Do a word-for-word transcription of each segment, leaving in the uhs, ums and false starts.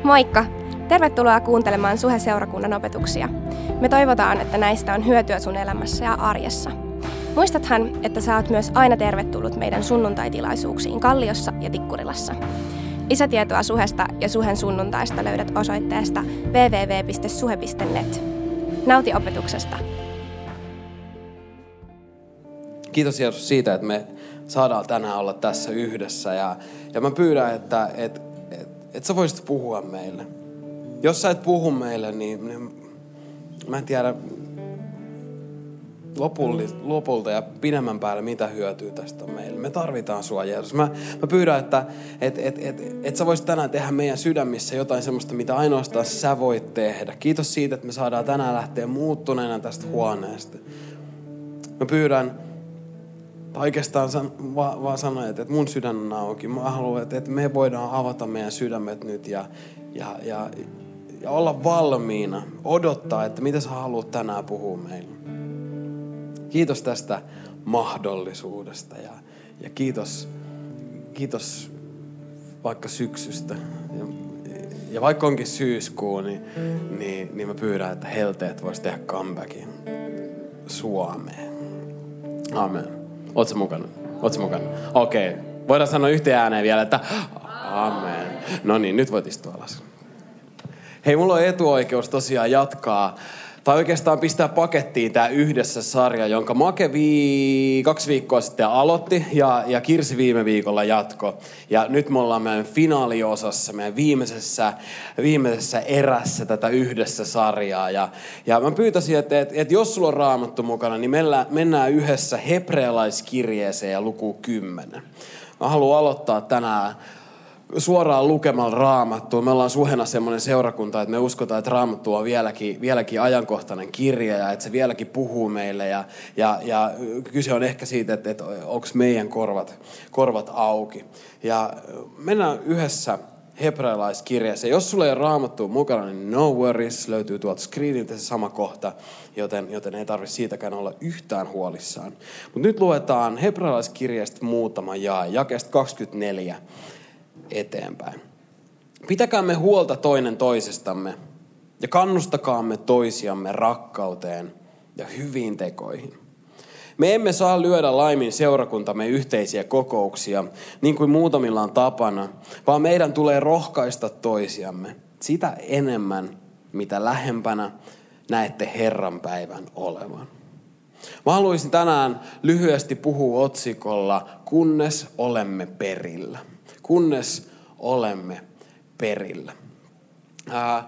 Moikka! Tervetuloa kuuntelemaan Suhe-seurakunnan opetuksia. Me toivotaan, että näistä on hyötyä sun elämässä ja arjessa. Muistathan, että sä oot myös aina tervetullut meidän sunnuntaitilaisuuksiin Kalliossa ja Tikkurilassa. Lisätietoa Suhesta ja Suhen sunnuntaista löydät osoitteesta double-u double-u double-u piste suhe piste net. Nauti opetuksesta! Kiitos Jeesus siitä, että me saadaan tänään olla tässä yhdessä. Ja, ja mä pyydän, että et, et, et sä voisit puhua meille. Jos sä et puhu meille, niin, niin mä en tiedä lopulta, lopulta ja pidemmän päälle, mitä hyötyä tästä on meille. Me tarvitaan sua, Jeesus. Mä, mä pyydän, että et, et, et, et sä voisit tänään tehdä meidän sydämissä jotain semmoista, mitä ainoastaan sä voit tehdä. Kiitos siitä, että me saadaan tänään lähteä muuttuneena tästä huoneesta. Mä pyydän, oikeastaan san, va, vaan sanoa, että, että mun sydän on auki. Mä haluan, että, että me voidaan avata meidän sydämet nyt ja, ja, ja, ja olla valmiina, odottaa, että mitä sä haluat tänään puhua meille. Kiitos tästä mahdollisuudesta ja, ja kiitos, kiitos vaikka syksystä. Ja, ja vaikka onkin syyskuu, niin, niin, niin mä pyydän, että helteet vois tehdä comebackin Suomeen. Amen. Oot sä mukana? Oot sä mukana? Okei. Okay. Voidaan sanoa yhteen ääneen vielä, että amen. No niin, nyt voit istua alas. Hei, mulla on etuoikeus tosiaan jatkaa, tai oikeastaan pistää pakettiin tää yhdessä sarja, jonka Make vii, kaksi viikkoa sitten aloitti ja, ja Kirsi viime viikolla jatko. Ja nyt me ollaan meidän finaaliosassa, meidän viimeisessä, viimeisessä erässä tätä yhdessä sarjaa. Ja, ja mä pyytäisin, että, että, että jos sulla on Raamattu mukana, niin mennään, mennään yhdessä hebrealaiskirjeeseen ja lukuun kymmenen. Mä haluan aloittaa tänään suoraan lukemalla Raamattua. Me ollaan Suhena semmoinen seurakunta, että me uskotaan, että Raamattu on vieläkin, vieläkin ajankohtainen kirja ja että se vieläkin puhuu meille. Ja, ja, ja kyse on ehkä siitä, että, että onko meidän korvat, korvat auki. Ja mennään yhdessä hebrealaiskirjeeseen. Jos sulla ei ole Raamattua mukana, niin no worries, löytyy tuolta screeniltä se sama kohta, joten, joten ei tarvitse siitäkään olla yhtään huolissaan. Mutta nyt luetaan hebrealaiskirjeestä muutama jae, jakeesta kaksikymmentäneljä. Eteenpäin. Pitäkäämme huolta toinen toisestamme ja kannustakaamme toisiamme rakkauteen ja hyviin tekoihin. Me emme saa lyödä laimin seurakuntamme yhteisiä kokouksia, niin kuin muutamilla on tapana, vaan meidän tulee rohkaista toisiamme sitä enemmän, mitä lähempänä näette Herran päivän olevan. Mä haluaisin tänään lyhyesti puhua otsikolla, kunnes olemme perillä. Kunnes olemme perillä. Ää,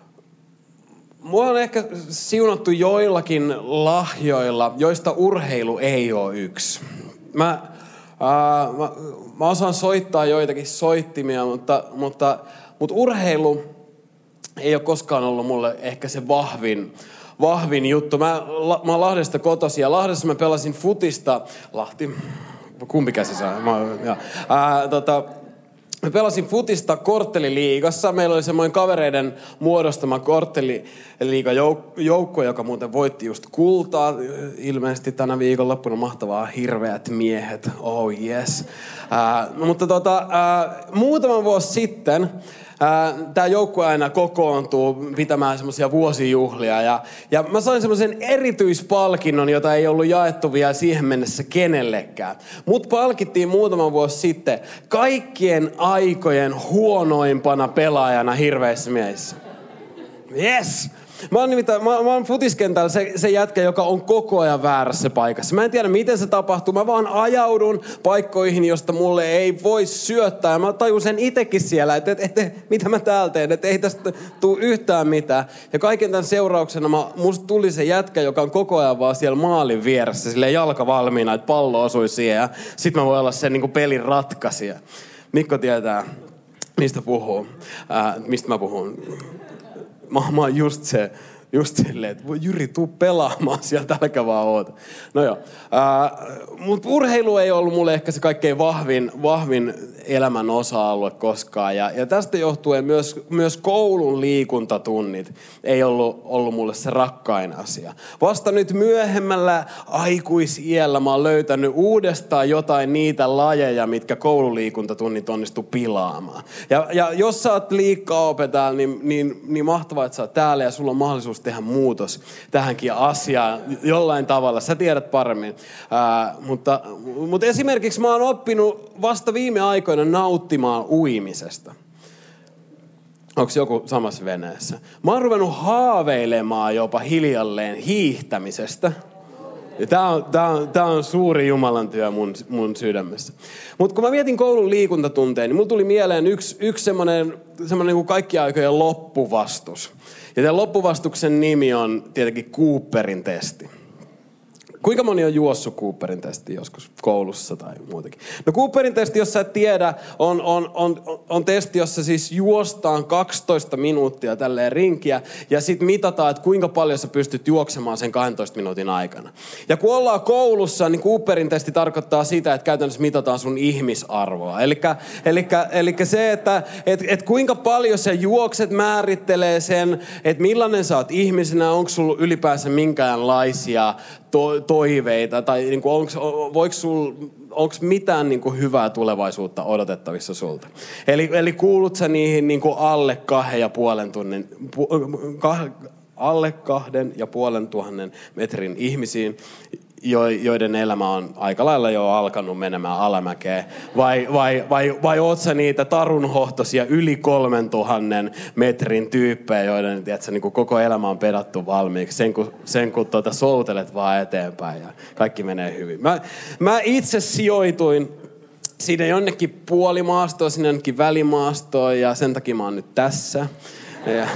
mua on ehkä siunattu joillakin lahjoilla, joista urheilu ei ole yksi. Mä, ää, mä, mä osaan soittaa joitakin soittimia, mutta, mutta, mutta urheilu ei ole koskaan ollut mulle ehkä se vahvin, vahvin juttu. Mä, la, mä oon Lahdesta kotoisin ja Lahdessa mä pelasin futista. Lahti, kumpi käsi saa? Mä, ja, ää, tota, Mä pelasin futista kortteliliigassa. Meillä oli semmoinen kavereiden muodostama kortteliliigajoukko, joka muuten voitti just kultaa. Ilmeisesti tänä viikonloppuna mahtavaa hirveät miehet. Oh yes. Äh, no, mutta tota, äh, muutaman vuosi sitten tämä joukkue aina kokoontuu pitämään semmoisia vuosijuhlia. Ja, ja mä sain semmoisen erityispalkinnon, jota ei ollut jaettu vielä siihen mennessä kenellekään. Mut palkittiin muutama vuosi sitten kaikkien aikojen huonoimpana pelaajana hirveissä miehissä. Yes! Mä oon nimittäin, mä, mä oon futiskentällä se, se jätkä, joka on koko ajan väärässä paikassa. Mä en tiedä, miten se tapahtuu. Mä vaan ajaudun paikkoihin, josta mulle ei voi syöttää. Ja mä tajun sen itekin siellä, että et, et, et, mitä mä täällä teen, että ei tästä tule yhtään mitään. Ja kaiken tämän seurauksena mä, musta tuli se jätkä, joka on koko ajan vaan siellä maalin vieressä, silleen jalka valmiina, että pallo osui siihen. Ja sit mä voin olla sen niin kuin pelin ratkaisija. Mikko tietää, mistä puhuu. Äh, mistä mä puhun. Mä, mä oon just se, Just silleen, että voi Jyri, tuu pelaamaan sieltä, älkä vaan oota. No joo. Mutta urheilu ei ollut mulle ehkä se kaikkein vahvin, vahvin elämän osa-alue koskaan. Ja, ja tästä johtuen myös, myös koulun liikuntatunnit ei ollut, ollut mulle se rakkain asia. Vasta nyt myöhemmällä aikuisiällä mä oon löytänyt uudestaan jotain niitä lajeja, mitkä koululiikuntatunnit onnistu pilaamaan. Ja, ja jos sä oot liikkaopettaja, niin, niin, niin mahtavaa, että sä oot täällä ja sulla on mahdollisuus tehdä muutos tähänkin asiaan jollain tavalla. Sä tiedät paremmin. Ää, mutta, mutta esimerkiksi mä oon oppinut vasta viime aikoina nauttimaan uimisesta. Onko joku samassa veneessä? Mä oon ruvennut haaveilemaan jopa hiljalleen hiihtämisestä. Ja tää on, tää on, tää on suuri Jumalan työ mun, mun sydämessä. Mutta kun mä mietin koulun liikuntatunteja, niin mulla tuli mieleen yksi, yksi semmoinen, semmoinen niin kuin kaikkien aikojen loppuvastus. Ja tämän loppuvastuksen nimi on tietenkin Cooperin testi. Kuinka moni on juossut Cooperin testi joskus koulussa tai muutenkin? No Cooperin testi, jos sä et tiedä, on, on, on, on testi, jossa siis juostaan kaksitoista minuuttia tälleen rinkiä ja sit mitataan, että kuinka paljon sä pystyt juoksemaan sen kahdentoista minuutin aikana. Ja kun ollaan koulussa, niin Cooperin testi tarkoittaa sitä, että käytännössä mitataan sun ihmisarvoa. Elikkä, elikkä, elikkä se, että et, et kuinka paljon sä juokset määrittelee sen, että millainen sä oot ihmisenä, onko sulla ylipäänsä minkäänlaisia to, toiveita, tai niinku onko, voiko sul, onko mitään niinku hyvää tulevaisuutta odotettavissa sulta. Eli, eli kuulut sä niihin niinku alle kahden ja puolen tunnin, pu, kah, alle kahden ja puolen tuhannen metrin ihmisiin, joiden elämä on aika lailla jo alkanut menemään alamäkeen. Vai, vai, vai, vai oot sä niitä tarunhohtoisia yli kolmen tuhannen metrin tyyppejä, joiden tiedätkö, niin kuin koko elämä on pedattu valmiiksi. Sen kun, sen kun tuota, soutelet vaan eteenpäin ja kaikki menee hyvin. Mä, mä itse sijoituin sinne jonnekin puolimaastoon, sinne jonnekin välimaastoon ja sen takia mä oon nyt tässä. Ja,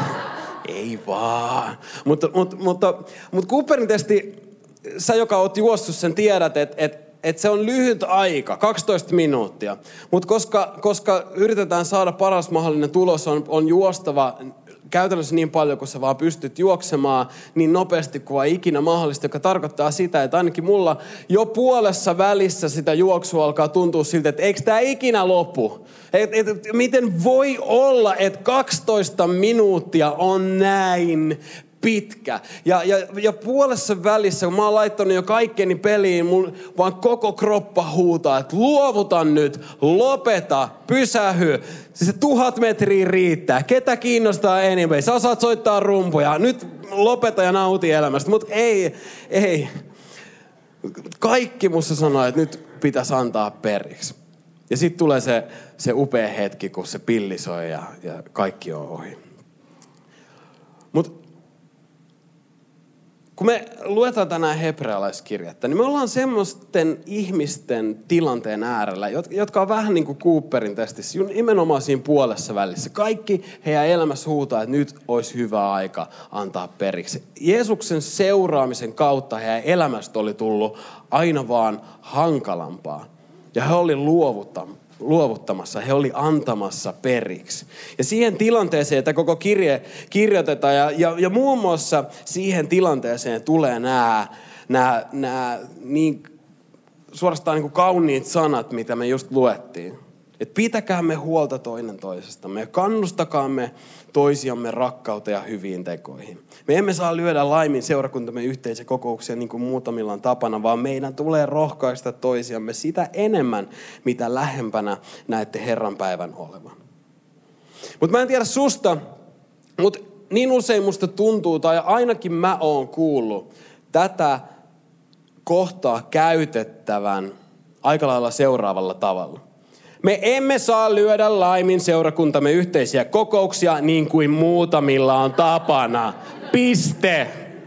ei vaan. Mutta, mutta, mutta, mutta Cooperin testi, sä, joka oot juossut sen, tiedät, että et, et se on lyhyt aika, kaksitoista minuuttia. Mutta koska, koska yritetään saada paras mahdollinen tulos, on, on juostava käytännössä niin paljon, kun sä vaan pystyt juoksemaan niin nopeasti kuin vaan ikinä mahdollista, joka tarkoittaa sitä, että ainakin mulla jo puolessa välissä sitä juoksua alkaa tuntua siltä, että eikö tää ikinä lopu? Et, et, et, miten voi olla, että kaksitoista minuuttia on näin pitkä. Ja, ja, ja puolessa välissä, kun mä oon laittanut jo kaikkeni peliin, mun vaan koko kroppa huutaa, että luovuta nyt, lopeta, pysähy. Se tuhat metriä riittää. Ketä kiinnostaa enemmän? Sä osaat soittaa rumpuja. Nyt lopeta ja nauti elämästä. Mutta ei, ei. Kaikki musta sanoo, että nyt pitäisi antaa periksi. Ja sitten tulee se, se upea hetki, kun se pilli soi ja, ja kaikki on ohi. Mutta kun me luetaan tänään hebrealaiskirjettä, niin me ollaan semmoisten ihmisten tilanteen äärellä, jotka on vähän niin kuin Cooperin testissä, nimenomaan siinä puolessa välissä. Kaikki heidän elämässä huutaa, että nyt olisi hyvä aika antaa periksi. Jeesuksen seuraamisen kautta heidän elämästä oli tullut aina vaan hankalampaa. Ja he oli luovuttamassa. luovuttamassa, he oli antamassa periksi. Ja siihen tilanteeseen, että koko kirje kirjoitetaan, ja, ja, ja muun muassa siihen tilanteeseen tulee nämä, nämä, nämä niin, suorastaan niin kuin kauniit sanat, mitä me just luettiin. Että pitäkäämme huolta toinen toisestamme ja kannustakaamme toisiamme rakkauteen ja hyviin tekoihin. Me emme saa lyödä laimin seurakuntamme yhteisiä kokouksia niin kuin muutamilla on tapana, vaan meidän tulee rohkaista toisiamme sitä enemmän, mitä lähempänä näette Herran päivän olevan. Mutta mä en tiedä susta, mutta niin usein musta tuntuu, tai ainakin mä oon kuullut tätä kohtaa käytettävän aika lailla seuraavalla tavalla. Me emme saa lyödä laimin seurakuntamme yhteisiä kokouksia niin kuin muutamilla on tapana. Piste.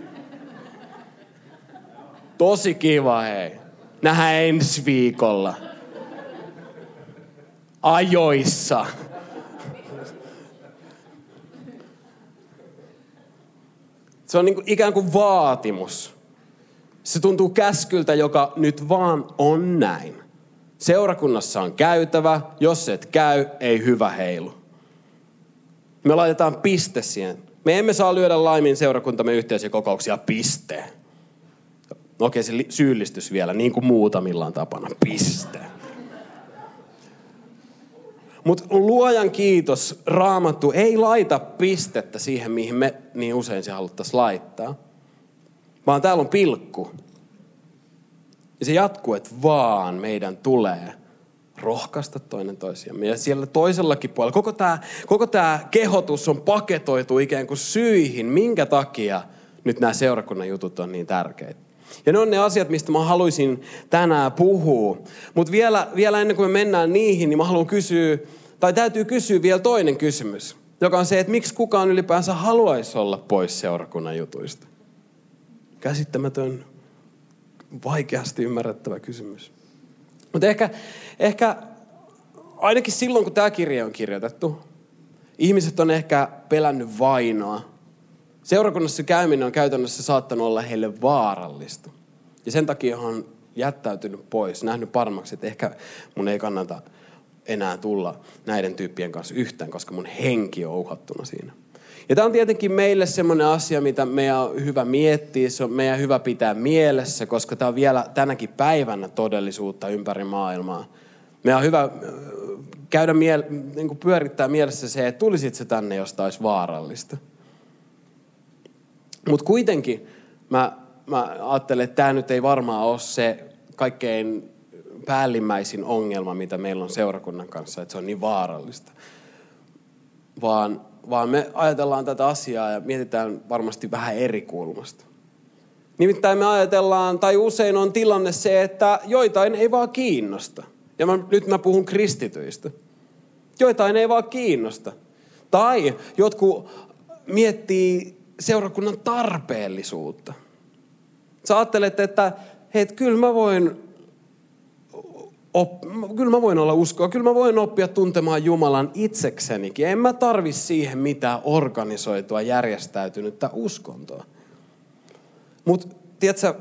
Tosi kiva, hei. Nähdään ensi viikolla. Ajoissa. Se on niin kuin ikään kuin vaatimus. Se tuntuu käskyltä, joka nyt vaan on näin. Seurakunnassa on käytävä, jos et käy, ei hyvä heilu. Me laitetaan piste siihen Me emme saa lyödä laimin seurakuntamme yhteisiä kokouksia, piste. Okei, se syyllistys vielä, niin kuin muutamilla on tapana, piste. Mutta luojan kiitos, Raamattu ei laita pistettä siihen, mihin me niin usein se haluttaisiin laittaa. Vaan täällä on pilkku. Ja se jatkuu, että vaan meidän tulee rohkaista toinen toisiamme. Ja siellä toisellakin puolella, koko tämä koko tää kehotus on paketoitu ikään kuin syihin, minkä takia nyt nämä seurakunnan jutut on niin tärkeitä. Ja ne on ne asiat, mistä mä haluaisin tänään puhua. Mutta vielä, vielä ennen kuin me mennään niihin, niin mä haluan kysyä, tai täytyy kysyä vielä toinen kysymys, joka on se, että miksi kukaan ylipäänsä haluaisi olla pois seurakunnan jutuista. Käsittämätön, vaikeasti ymmärrettävä kysymys. Mutta ehkä, ehkä ainakin silloin, kun tämä kirja on kirjoitettu, ihmiset on ehkä pelännyt vainoa. Seurakunnassa käyminen on käytännössä saattanut olla heille vaarallista. Ja sen takia on jättäytynyt pois, nähnyt paremmaksi, että ehkä mun ei kannata enää tulla näiden tyyppien kanssa yhtään, koska mun henki on uhattuna siinä. Ja tämä on tietenkin meille semmoinen asia, mitä meidän on hyvä miettiä, se on meidän hyvä pitää mielessä, koska tämä on vielä tänäkin päivänä todellisuutta ympäri maailmaa. Meidän on hyvä käydä miele- niin kuin pyörittää mielessä se, että tulisit se tänne, jos tämä olisi vaarallista. Mutta kuitenkin mä, mä ajattelen, että tämä nyt ei varmaan ole se kaikkein päällimmäisin ongelma, mitä meillä on seurakunnan kanssa, että se on niin vaarallista. Vaan, vaan me ajatellaan tätä asiaa ja mietitään varmasti vähän eri kulmasta. Nimittäin me ajatellaan, tai usein on tilanne se, että joitain ei vaan kiinnosta. Ja mä, nyt mä puhun kristityistä. Joitain ei vaan kiinnosta. Tai jotkut miettii seurakunnan tarpeellisuutta. Sä ajattelet, että hei, kyllä mä voin Op, kyllä mä voin olla uskoa, kyllä mä voin oppia tuntemaan Jumalan itseksenikin. En mä tarvi siihen mitään organisoitua, järjestäytynyttä uskontoa. Mutta tiedätkö,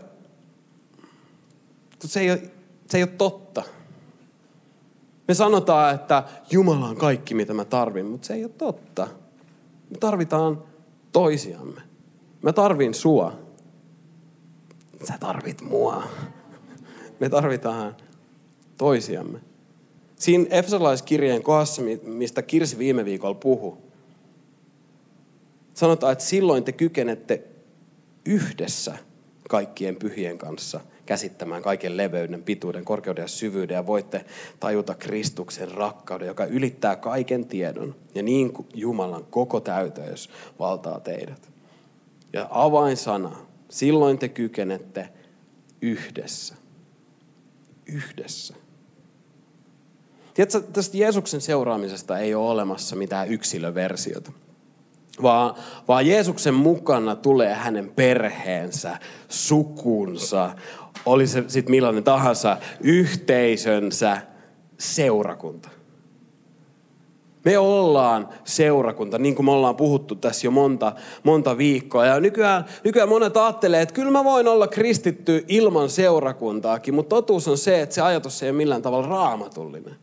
se ei, ole, se ei ole totta. Me sanotaan, että Jumala on kaikki, mitä mä tarvin, mutta se ei ole totta. Me tarvitaan toisiamme. Mä tarvin sua. Sä tarvit mua. Me tarvitaan toisiamme. Siinä Efesolaiskirjeen kohdassa, mistä Kirsi viime viikolla puhui, sanotaan, että silloin te kykenette yhdessä kaikkien pyhien kanssa käsittämään kaiken leveyden, pituuden, korkeuden ja syvyyden ja voitte tajuta Kristuksen rakkauden, joka ylittää kaiken tiedon ja niin kuin Jumalan koko täyteys valtaa teidät. Ja avainsana, silloin te kykenette yhdessä. Yhdessä. Tiedätkö, tästä Jeesuksen seuraamisesta ei ole olemassa mitään yksilöversiota, vaan, vaan Jeesuksen mukana tulee hänen perheensä, sukunsa, oli se sitten millainen tahansa, yhteisönsä, seurakunta. Me ollaan seurakunta, niin kuin me ollaan puhuttu tässä jo monta, monta viikkoa. Ja nykyään, nykyään monet ajattelee, että kyllä mä voin olla kristitty ilman seurakuntaakin, mutta totuus on se, että se ajatus ei ole millään tavalla raamatullinen.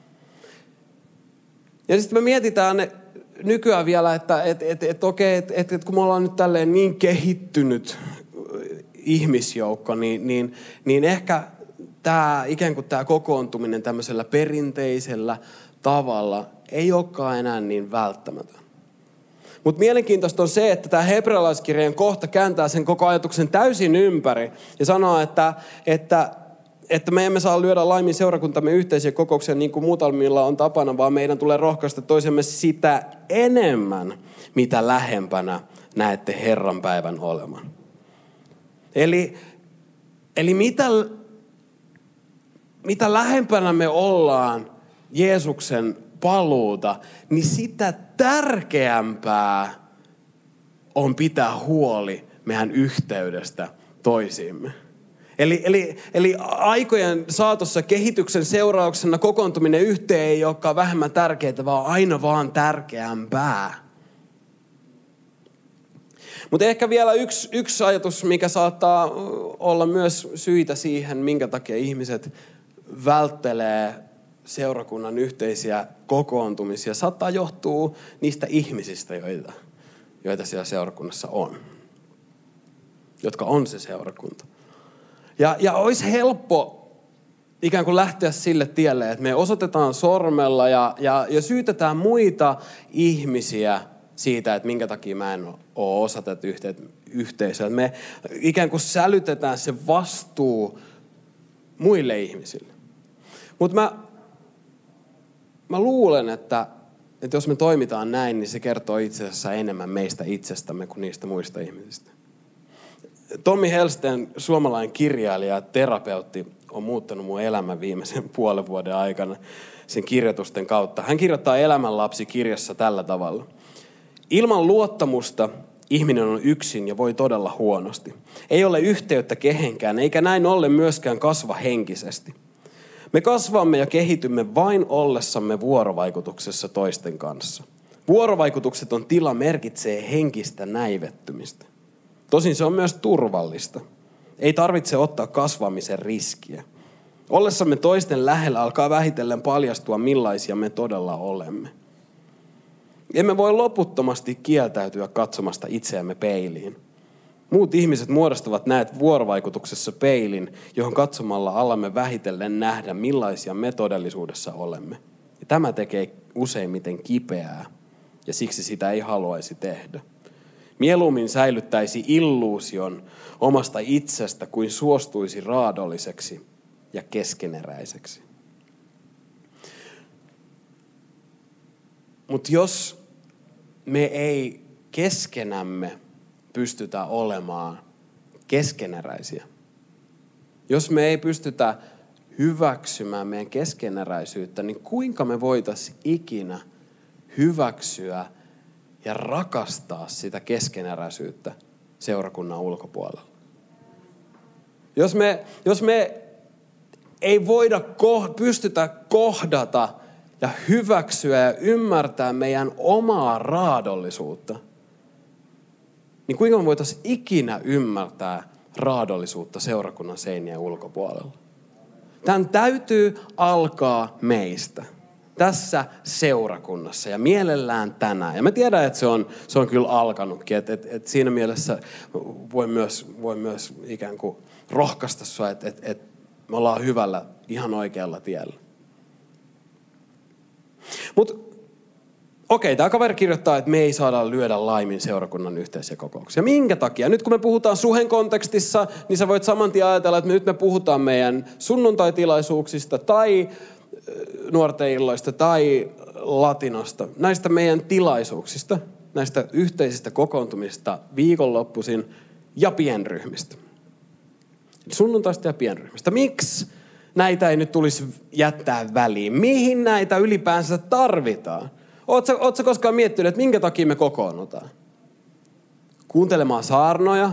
Ja sitten me mietitään nykyään vielä, että et, et, et, okei, että et, et, kun me ollaan nyt tälleen niin kehittynyt ihmisjoukko, niin, niin, niin ehkä tämä ikään kuin tämä kokoontuminen tämmöisellä perinteisellä tavalla ei olekaan enää niin välttämätön. Mutta mielenkiintoista on se, että tämä hebrealaiskirjeen kohta kääntää sen koko ajatuksen täysin ympäri ja sanoo, että, että, että me emme saa lyödä laimin seurakuntamme yhteisiä kokouksia niin kuin muutamilla on tapana, vaan meidän tulee rohkaista toisemme sitä enemmän, mitä lähempänä näette Herran päivän oleman. Eli, eli mitä, mitä lähempänä me ollaan Jeesuksen paluuta, niin sitä tärkeämpää on pitää huoli meidän yhteydestä toisiimme. Eli, eli, eli aikojen saatossa kehityksen seurauksena kokoontuminen yhteen ei olekaan vähemmän tärkeää, vaan aina vaan tärkeämpää. Mutta ehkä vielä yksi, yksi ajatus, mikä saattaa olla myös syitä siihen, minkä takia ihmiset välttelee seurakunnan yhteisiä kokoontumisia, saattaa johtua niistä ihmisistä, joita joita siellä seurakunnassa on. Jotka on se seurakunta. Ja, ja olisi helppo ikään kuin lähteä sille tielle, että me osoitetaan sormella ja, ja, ja syytetään muita ihmisiä siitä, että minkä takia mä en ole osa tätä yhteisöä. Me ikään kuin sälytetään se vastuu muille ihmisille. Mutta mä, mä luulen, että, että jos me toimitaan näin, niin se kertoo itse asiassa enemmän meistä itsestämme kuin niistä muista ihmisistä. Tommi Hellsten, suomalainen kirjailija ja terapeutti, on muuttanut mun elämän viimeisen puolen vuoden aikana sen kirjoitusten kautta. Hän kirjoittaa Elämänlapsi-kirjassa tällä tavalla. Ilman luottamusta ihminen on yksin ja voi todella huonosti. Ei ole yhteyttä kehenkään, eikä näin ollen myöskään kasva henkisesti. Me kasvamme ja kehitymme vain ollessamme vuorovaikutuksessa toisten kanssa. Vuorovaikutukset on tila merkitsee henkistä näivettymistä. Tosin se on myös turvallista. Ei tarvitse ottaa kasvamisen riskiä. Ollessamme toisten lähellä alkaa vähitellen paljastua, millaisia me todella olemme. Emme voi loputtomasti kieltäytyä katsomasta itseämme peiliin. Muut ihmiset muodostavat näet vuorovaikutuksessa peilin, johon katsomalla alamme vähitellen nähdä, millaisia me todellisuudessa olemme. Ja tämä tekee useimmiten kipeää, ja siksi sitä ei haluaisi tehdä. Mieluummin säilyttäisi illuusion omasta itsestä, kuin suostuisi raadolliseksi ja keskeneräiseksi. Mutta jos me ei keskenämme pystytä olemaan keskeneräisiä, jos me ei pystytä hyväksymään meidän keskeneräisyyttä, niin kuinka me voitaisiin ikinä hyväksyä ja rakastaa sitä keskeneräisyyttä seurakunnan ulkopuolella? Jos me, jos me ei voida ko- pystytä kohdata ja hyväksyä ja ymmärtää meidän omaa raadollisuutta, niin kuinka me voitaisiin ikinä ymmärtää raadollisuutta seurakunnan seinien ulkopuolella? Tämän täytyy alkaa meistä. Tässä seurakunnassa ja mielellään tänään. Ja mä tiedän, että se on, se on kyllä alkanutkin. Että et, et siinä mielessä voi myös, voi myös ikään kuin rohkaista sua, että et, et me ollaan hyvällä, ihan oikealla tiellä. Mutta okei, tämä kaveri kirjoittaa, että me ei saada lyödä laimin seurakunnan yhteisiä kokouksia. Minkä takia? Nyt kun me puhutaan suhen kontekstissa, niin sä voit saman tien ajatella, että me nyt me puhutaan meidän sunnuntaitilaisuuksista tai nuorten illoista tai latinosta. Näistä meidän tilaisuuksista, näistä yhteisistä kokoontumista viikonloppuisin ja pienryhmistä. Sunnuntaista ja pienryhmistä. Miksi näitä ei nyt tulisi jättää väliin? Mihin näitä ylipäänsä tarvitaan? Ootko, ootko koskaan miettinyt, että minkä takia me kokoonnutaan? Kuuntelemaan saarnoja?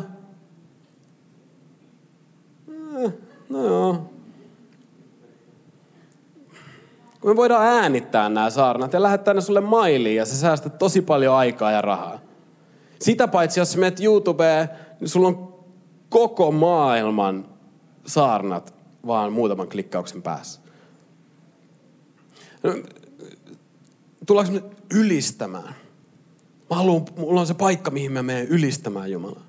No joo. Kun me voidaan äänittää nämä saarnat ja lähettää ne sulle mailiin ja sä säästät tosi paljon aikaa ja rahaa. Sitä paitsi, jos sä menet YouTubeen, niin sulla on koko maailman saarnat vaan muutaman klikkauksen päässä. Tullaanko me ylistämään? Mä haluan, mulla on se paikka, mihin mä menen ylistämään Jumalaa.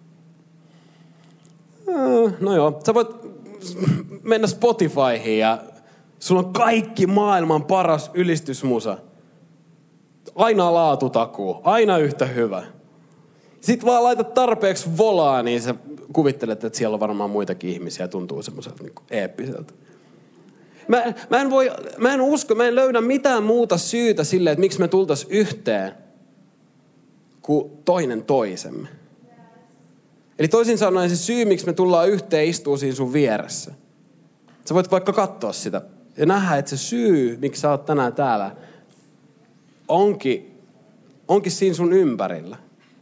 No joo, sä voit mennä Spotifyhin ja sulla on kaikki maailman paras ylistysmusa. Aina laatutakuu, aina yhtä hyvä. Sitten vaan laitat tarpeeksi volaa, niin sä kuvittelet, että siellä on varmaan muitakin ihmisiä ja tuntuu semmoiselta niin kuin eeppiseltä. Mä, mä, en voi, mä en usko, mä en löydä mitään muuta syytä sille, että miksi me tultaisiin yhteen kuin toinen toisemme. Eli toisin sanoen se syy, miksi me tullaan yhteen, istuu siinä sun vieressä. Sä voit vaikka katsoa sitä ja nähdä, että se syy, miksi sä oot tänään täällä, onkin, onkin siinä sun ympärillä.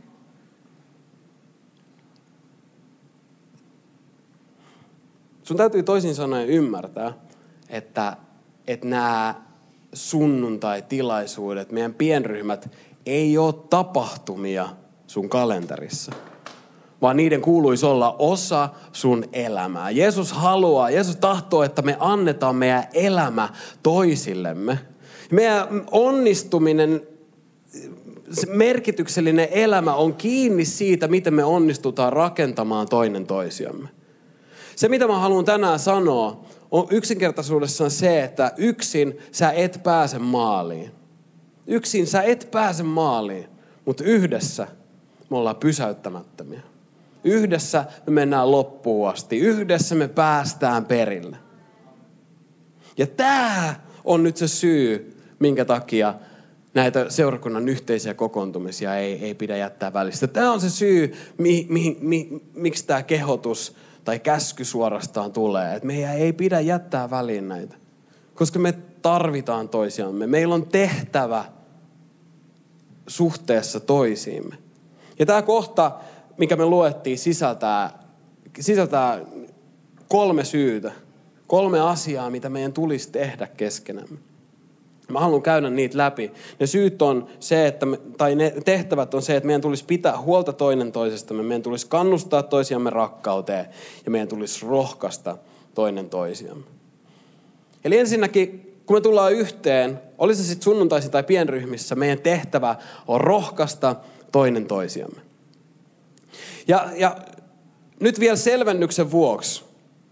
Sun täytyy toisin sanoen ymmärtää, että, että nämä sunnuntai-tilaisuudet, meidän pienryhmät, ei ole tapahtumia sun kalenterissa, vaan niiden kuuluisi olla osa sun elämää. Jeesus haluaa, Jeesus tahtoo, että me annetaan meidän elämä toisillemme. Meidän onnistuminen, se merkityksellinen elämä on kiinni siitä, miten me onnistutaan rakentamaan toinen toisiamme. Se, mitä mä haluan tänään sanoa, on yksinkertaisuudessaan se, että yksin sä et pääse maaliin. Yksin sä et pääse maaliin, mutta yhdessä me ollaan pysäyttämättömiä. Yhdessä me mennään loppuun asti. Yhdessä me päästään perille. Ja tämä on nyt se syy, minkä takia näitä seurakunnan yhteisiä kokoontumisia ei, ei pidä jättää välistä. Tämä on se syy, mi, mi, mi, miksi tämä kehotus tai käsky suorastaan tulee. Että meidän ei pidä jättää väliin näitä. Koska me tarvitaan toisiamme. Meillä on tehtävä suhteessa toisiimme. Ja tämä kohta, mikä me luettiin, sisältää, sisältää kolme syytä. Kolme asiaa, mitä meidän tulisi tehdä keskenämme. Mä haluan käydä niitä läpi. Ne syyt on se, että me, tai ne tehtävät on se, että meidän tulisi pitää huolta toinen toisestamme. Meidän tulisi kannustaa toisiamme rakkauteen ja meidän tulisi rohkaista toinen toisiamme. Eli ensinnäkin, kun me tullaan yhteen, oli se sitten sunnuntaisin tai pienryhmissä, meidän tehtävä on rohkaista toinen toisiamme. Ja, ja nyt vielä selvennyksen vuoksi.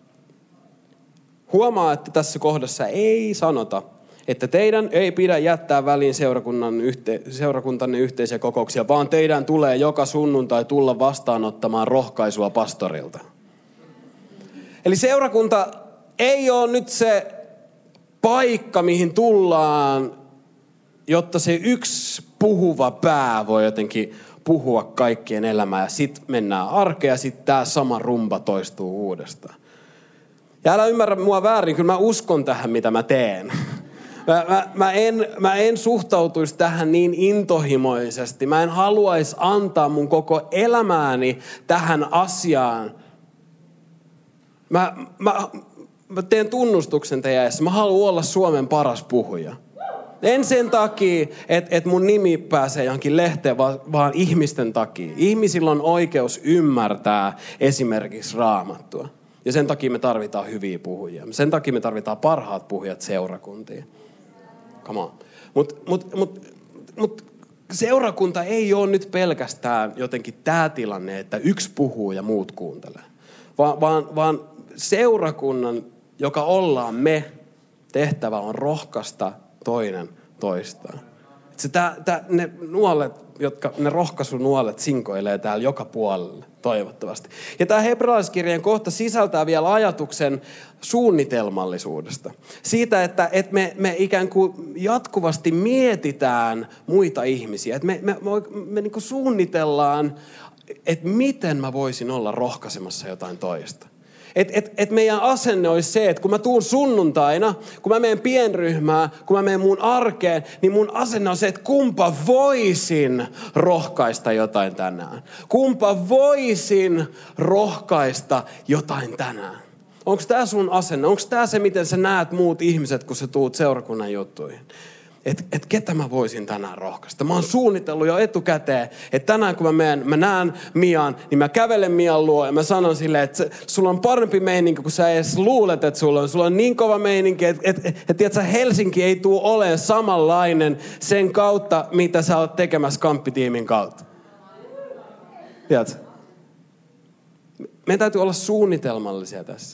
Huomaa, että tässä kohdassa ei sanota, että teidän ei pidä jättää väliin seurakunnan yhte- seurakuntanne yhteisiä kokouksia, vaan teidän tulee joka sunnuntai tulla vastaanottamaan rohkaisua pastorilta. Eli seurakunta ei ole nyt se paikka, mihin tullaan, jotta se yksi puhuva pää voi jotenkin puhua kaikkien elämää. Ja sitten mennään arkeen ja sitten tämä sama rumba toistuu uudestaan. Ja älä ymmärrä mua väärin, kyllä mä uskon tähän, mitä mä teen. Mä, mä, mä, en, mä en suhtautuisi tähän niin intohimoisesti. Mä en haluaisi antaa mun koko elämääni tähän asiaan. Mä, mä, mä teen tunnustuksen teidän edessä. Mä haluan olla Suomen paras puhuja. En sen takia, että et mun nimi pääsee johonkin lehteen, vaan, vaan ihmisten takia. Ihmisillä on oikeus ymmärtää esimerkiksi Raamattua. Ja sen takia me tarvitaan hyviä puhujia. Sen takia me tarvitaan parhaat puhujat seurakuntiin. Come on. Mutta mut, mut, mut seurakunta ei ole nyt pelkästään jotenkin tämä tilanne, että yksi puhuu ja muut kuuntelee. Va, vaan, vaan seurakunnan, joka ollaan me, tehtävä on rohkaista toinen toistaan. Se tää, tää, ne nuolet, jotka, ne rohkaisunuolet sinkoilee täällä joka puolella, toivottavasti. Ja tämä hebrealaiskirjeen kohta sisältää vielä ajatuksen suunnitelmallisuudesta. Siitä, että, että me, me ikään kuin jatkuvasti mietitään muita ihmisiä. Että me, me, me, me niin kuin suunnitellaan, että miten mä voisin olla rohkaisemassa jotain toista. Että et, et meidän asenne olisi se, että kun mä tuun sunnuntaina, kun mä menen pienryhmään, kun mä menen mun arkeen, niin mun asenne on se, että kumpa voisin rohkaista jotain tänään. Kumpa voisin rohkaista jotain tänään. Onko tää sun asenne? Onko tää se, miten sä näet muut ihmiset, kun sä tuut seurakunnan juttuihin? Että et ketä mä voisin tänään rohkaista. Mä oon suunnitellut jo etukäteen, että tänään kun mä menen, mä näen Mian, niin mä kävelen Mian luo ja mä sanon silleen, että sulla on parempi meininki, kun sä edes luulet, että sulla on. Sulla on niin kova meininki, että et, et, et, et, Helsinki ei tule olemaan samanlainen sen kautta, mitä sä oot tekemässä kamppitiimin kautta. Tiedätkö? Meidän täytyy olla suunnitelmallisia tässä.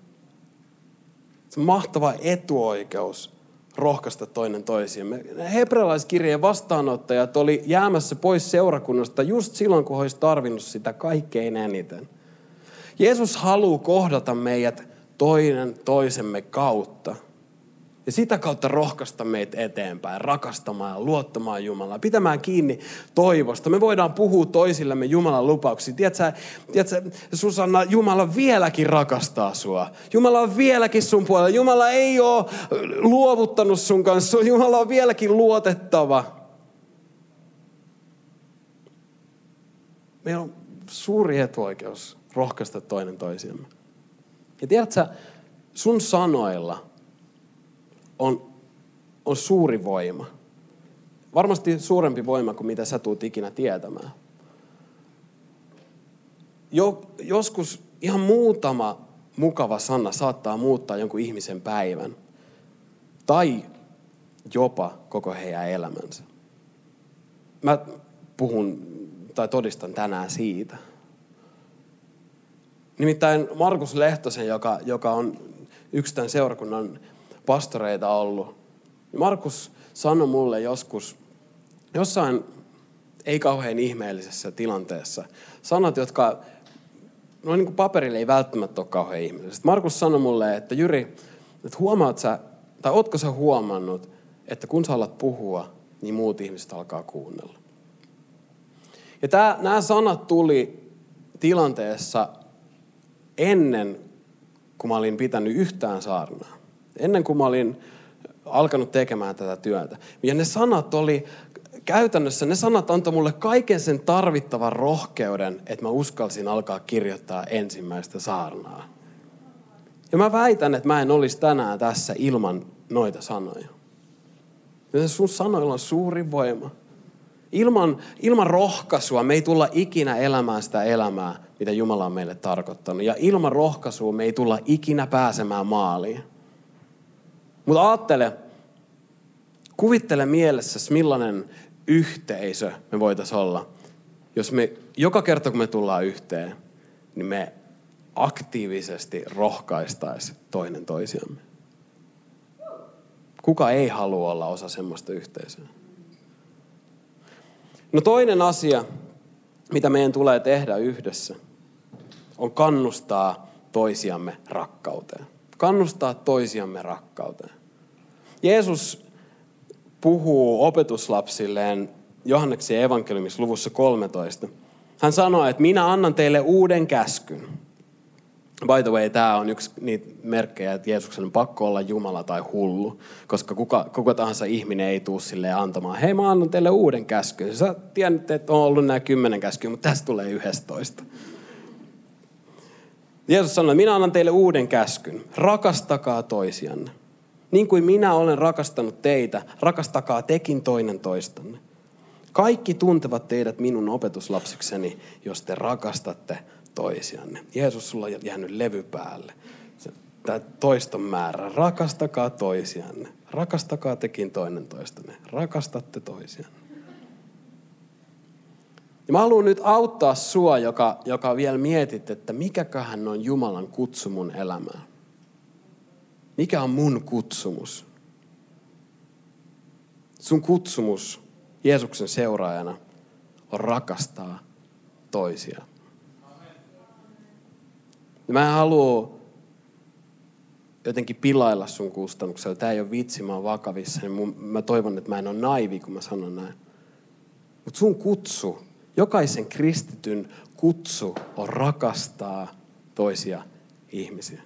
Se on mahtava etuoikeus rohkaista toinen toisiamme. Hebrealaiskirjeen vastaanottajat oli jäämässä pois seurakunnasta just silloin, kun he olisi tarvinnut sitä kaikkein eniten. Jeesus haluaa kohdata meidät toinen toisemme kautta. Ja sitä kautta rohkaista meitä eteenpäin, rakastamaan ja luottamaan Jumalaa, pitämään kiinni toivosta. Me voidaan puhua toisillemme Jumalan lupauksia. Tiedätkö, tiedätkö, Susanna, Jumala vieläkin rakastaa sua. Jumala on vieläkin sun puolella. Jumala ei ole luovuttanut sun kanssa. Jumala on vieläkin luotettava. Meillä on suuri etuoikeus rohkaista toinen toisiamme. Ja tiedätkö, sun sanoilla On, on suuri voima. Varmasti suurempi voima kuin mitä sä tuut ikinä tietämään. Jo, joskus ihan muutama mukava sana saattaa muuttaa jonkun ihmisen päivän. Tai jopa koko heidän elämänsä. mä puhun tai todistan tänään siitä. Nimittäin Markus Lehtosen, joka, joka on yksi tämän seurakunnan pastoreita ollut. Markus sanoi mulle joskus, jossain ei kauhean ihmeellisessä tilanteessa, sanat, jotka no niin kuin paperille ei välttämättä ole kauhean ihmeelliset. Markus sanoi mulle, että Jyri, että huomaat sä, tai ootko sä huomannut, että kun sä alat puhua, niin muut ihmiset alkaa kuunnella. Ja tää, nämä sanat tuli tilanteessa ennen kuin mä olin pitänyt yhtään saarnaa. Ennen kuin mä olin alkanut tekemään tätä työtä. Ja ne sanat oli, käytännössä ne sanat antoi mulle kaiken sen tarvittavan rohkeuden, että mä uskalsin alkaa kirjoittaa ensimmäistä saarnaa. Ja mä väitän, että mä en olisi tänään tässä ilman noita sanoja. Ja sun sanoilla on suuri voima. Ilman, ilman rohkaisua me ei tulla ikinä elämään sitä elämää, mitä Jumala on meille tarkoittanut. Ja ilman rohkaisua me ei tulla ikinä pääsemään maaliin. Mutta ajattele, kuvittele mielessäsi, millainen yhteisö me voitaisiin olla. Jos me joka kerta, kun me tullaan yhteen, niin me aktiivisesti rohkaistaisiin toinen toisiamme. Kuka ei halua olla osa semmoista yhteisöä? No toinen asia, mitä meidän tulee tehdä yhdessä, on kannustaa toisiamme rakkauteen. Kannustaa toisiamme rakkauteen. Jeesus puhuu opetuslapsilleen Johanneksen evankeliumissa luvussa kolmetoista. Hän sanoo, että minä annan teille uuden käskyn. By the way, tämä on yksi niitä merkkejä, että Jeesuksen on pakko olla Jumala tai hullu, koska kuka, kuka tahansa ihminen ei tule silleen antamaan, hei mä annan teille uuden käskyn. Sä tiedät, että on ollut nämä kymmenen käskyä, mutta tästä tulee yhdestoista. Jeesus sanoi, minä annan teille uuden käskyn. Rakastakaa toisianne. Niin kuin minä olen rakastanut teitä, rakastakaa tekin toinen toistanne. Kaikki tuntevat teidät minun opetuslapsikseni, jos te rakastatte toisianne. Jeesus, sulla on jäänyt levy päälle. Tämä toiston määrä. Rakastakaa toisianne. Rakastakaa tekin toinen toistanne. Rakastatte toisianne. Ja mä haluan nyt auttaa sua, joka, joka vielä mietit, että mikäköhän on Jumalan kutsu mun elämään. Mikä on mun kutsumus? Sun kutsumus Jeesuksen seuraajana on rakastaa toisia. Ja mä en halua jotenkin pilailla sun kustannuksella. Tää ei ole vitsi, mä oon vakavissa. Mä toivon, että mä en ole naivi, kun mä sanon näin. Mutta sun kutsu, jokaisen kristityn kutsu on rakastaa toisia ihmisiä.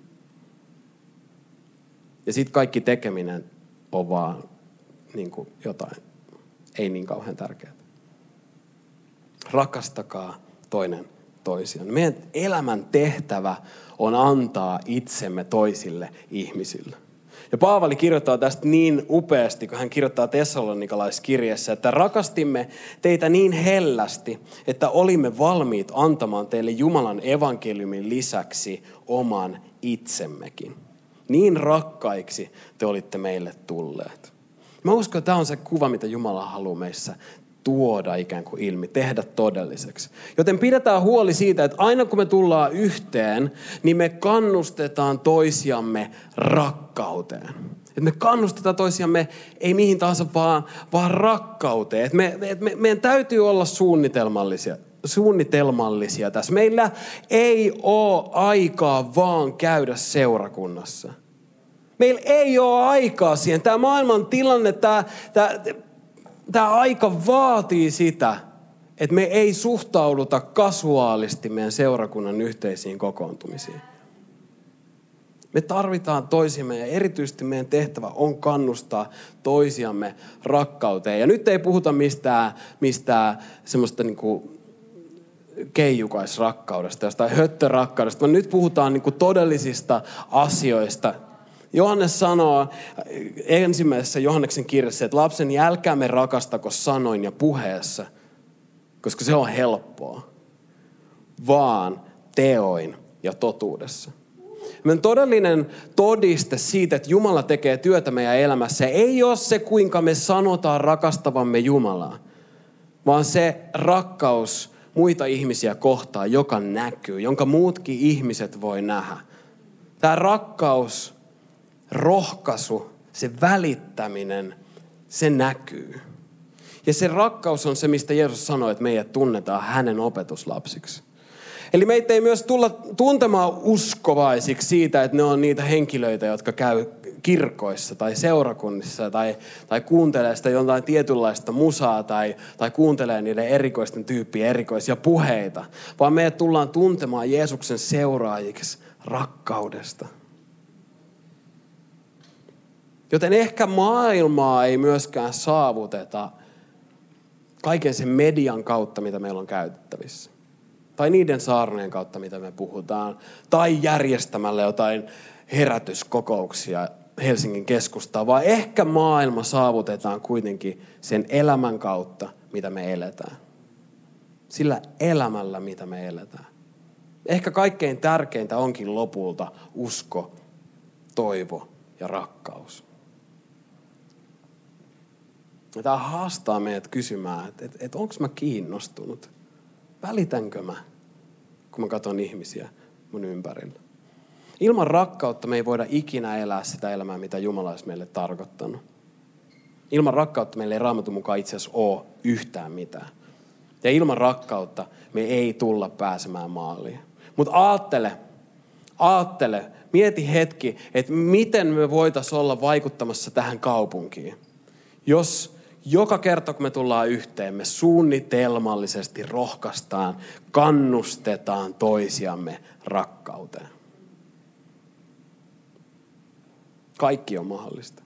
Ja sit kaikki tekeminen on vaan niin kuin jotain, ei niin kauhean tärkeää. Rakastakaa toinen toisiaan. Meidän elämän tehtävä on antaa itsemme toisille ihmisille. Ja Paavali kirjoittaa tästä niin upeasti, kun hän kirjoittaa Tessalonikalaiskirjeessä, että rakastimme teitä niin hellästi, että olimme valmiit antamaan teille Jumalan evankeliumin lisäksi oman itsemmekin. Niin rakkaiksi te olitte meille tulleet. Mä uskon, että tämä on se kuva, mitä Jumala haluaa meissä tuoda ikään kuin ilmi, tehdä todelliseksi. Joten pidetään huoli siitä, että aina kun me tullaan yhteen, niin me kannustetaan toisiamme rakkauteen. Että me kannustetaan toisiamme ei mihin tahansa, vaan, vaan rakkauteen. Että me, et me, meidän täytyy olla suunnitelmallisia. suunnitelmallisia tässä. Meillä ei ole aikaa vaan käydä seurakunnassa. Meillä ei ole aikaa siihen. Tämä maailman tilanne, tämä, tämä, tämä aika vaatii sitä, että me ei suhtauduta kasuaalisti meidän seurakunnan yhteisiin kokoontumisiin. Me tarvitaan toisiamme ja erityisesti meidän tehtävä on kannustaa toisiamme rakkauteen. Ja nyt ei puhuta mistään, mistään semmoista niinku keijukaisrakkaudesta, jostain höttörakkaudesta, vaan nyt puhutaan niinku todellisista asioista. Johannes sanoo ensimmäisessä Johanneksen kirjassa, että lapsen älkäämme rakastako sanoin ja puheessa, koska se on helppoa, vaan teoin ja totuudessa. Meidän todellinen todiste siitä, että Jumala tekee työtä meidän elämässä, ei ole se, kuinka me sanotaan rakastavamme Jumalaa, vaan se rakkaus muita ihmisiä kohtaan, joka näkyy, jonka muutkin ihmiset voi nähdä. Tämä rakkaus, rohkaisu, se välittäminen, se näkyy. Ja se rakkaus on se, mistä Jeesus sanoi, että meidät tunnetaan hänen opetuslapsiksi. Eli meitä ei myös tulla tuntemaan uskovaisiksi siitä, että ne on niitä henkilöitä, jotka käy kirkoissa tai seurakunnissa tai, tai kuuntelee sitä jotain tietynlaista musaa tai, tai kuuntelee niiden erikoisten tyyppien erikoisia puheita. Vaan meidät tullaan tuntemaan Jeesuksen seuraajiksi rakkaudesta. Joten ehkä maailmaa ei myöskään saavuteta kaiken sen median kautta, mitä meillä on käytettävissä. Tai niiden saarnojen kautta, mitä me puhutaan. Tai järjestämällä jotain herätyskokouksia Helsingin keskustaan. Vaan ehkä maailma saavutetaan kuitenkin sen elämän kautta, mitä me eletään. Sillä elämällä, mitä me eletään. Ehkä kaikkein tärkeintä onkin lopulta usko, toivo ja rakkaus. Ja tämä haastaa meidät kysymään, että, että, että onko mä kiinnostunut? Välitänkö mä, kun mä katson ihmisiä mun ympärillä? Ilman rakkautta me ei voida ikinä elää sitä elämää, mitä Jumala olisi meille tarkoittanut. Ilman rakkautta meillä ei Raamatun mukaan itse asiassa ole yhtään mitään. Ja ilman rakkautta me ei tulla pääsemään maaliin. Mutta aattele, aattele, mieti hetki, että miten me voitaisiin olla vaikuttamassa tähän kaupunkiin. Jos joka kerta, kun me tullaan yhteen, me suunnitelmallisesti rohkaistaan, kannustetaan toisiamme rakkauteen. Kaikki on mahdollista.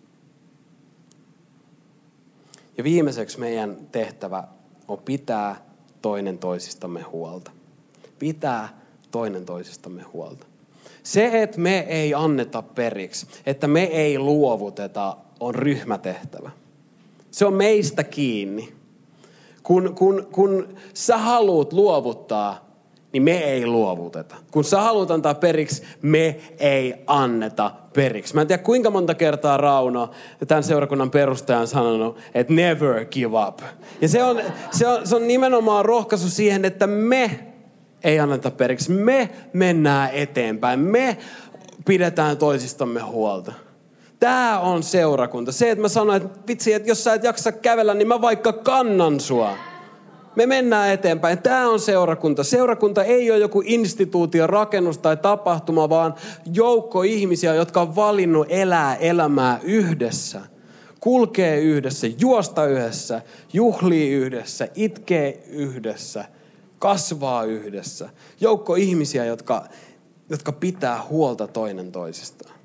Ja viimeiseksi meidän tehtävä on pitää toinen toisistamme huolta. Pitää toinen toisistamme huolta. Se, että me ei anneta periksi, että me ei luovuteta, on ryhmätehtävä. Se on meistä kiinni. Kun, kun, kun sä haluat luovuttaa, niin me ei luovuteta. Kun sä haluat antaa periksi, me ei anneta periksi. Mä en tiedä kuinka monta kertaa Rauno, tämän seurakunnan perustaja, on sanonut, että never give up. Ja se on, se on, se on nimenomaan rohkaisu siihen, että me ei anneta periksi. Me mennään eteenpäin. Me pidetään toisistamme huolta. Tämä on seurakunta. Se, että mä sanoin, että vitsi, että jos sä et jaksa kävellä, niin mä vaikka kannan sua. Me mennään eteenpäin. Tämä on seurakunta. Seurakunta ei ole joku instituutio, rakennus tai tapahtuma, vaan joukko ihmisiä, jotka on valinnut elää elämää yhdessä. Kulkee yhdessä, juosta yhdessä, juhlii yhdessä, itkee yhdessä, kasvaa yhdessä. Joukko ihmisiä, jotka, jotka pitää huolta toinen toisistaan.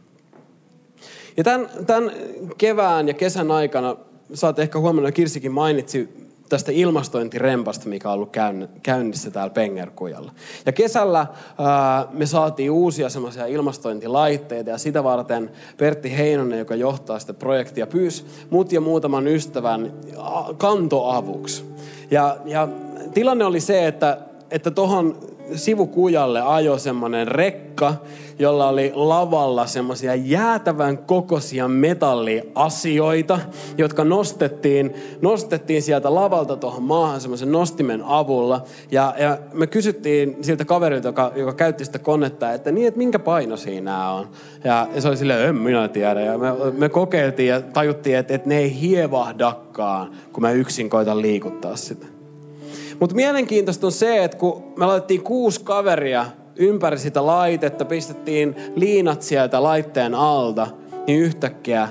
Ja tämän, tämän kevään ja kesän aikana, sä oot ehkä huomannut, Kirsikin mainitsi tästä ilmastointirempasta, mikä on ollut käynnissä täällä Pengerkujalla. Ja kesällä ää, me saatiin uusia semmoisia ilmastointilaitteita, ja sitä varten Pertti Heinonen, joka johtaa sitä projektia, pyysi mut ja muutaman ystävän kantoavuksi. Ja, ja tilanne oli se, että että tohon sivukujalle ajoi semmoinen rekka, jolla oli lavalla semmoisia jäätävän kokoisia metalliasioita, jotka nostettiin, nostettiin sieltä lavalta tuohon maahan semmoisen nostimen avulla. Ja, ja me kysyttiin siltä kaverilta, joka, joka käytti sitä konetta, että niin, että minkä painoisia nämä on. Ja, ja se oli silleen, en minä tiedä. Ja me, me kokeiltiin ja tajuttiin, että, että ne ei hievahdakaan, kun mä yksin koitan liikuttaa sitä. Mutta mielenkiintoista on se, että kun me laitettiin kuusi kaveria ympäri sitä laitetta, pistettiin liinat sieltä laitteen alta, niin yhtäkkiä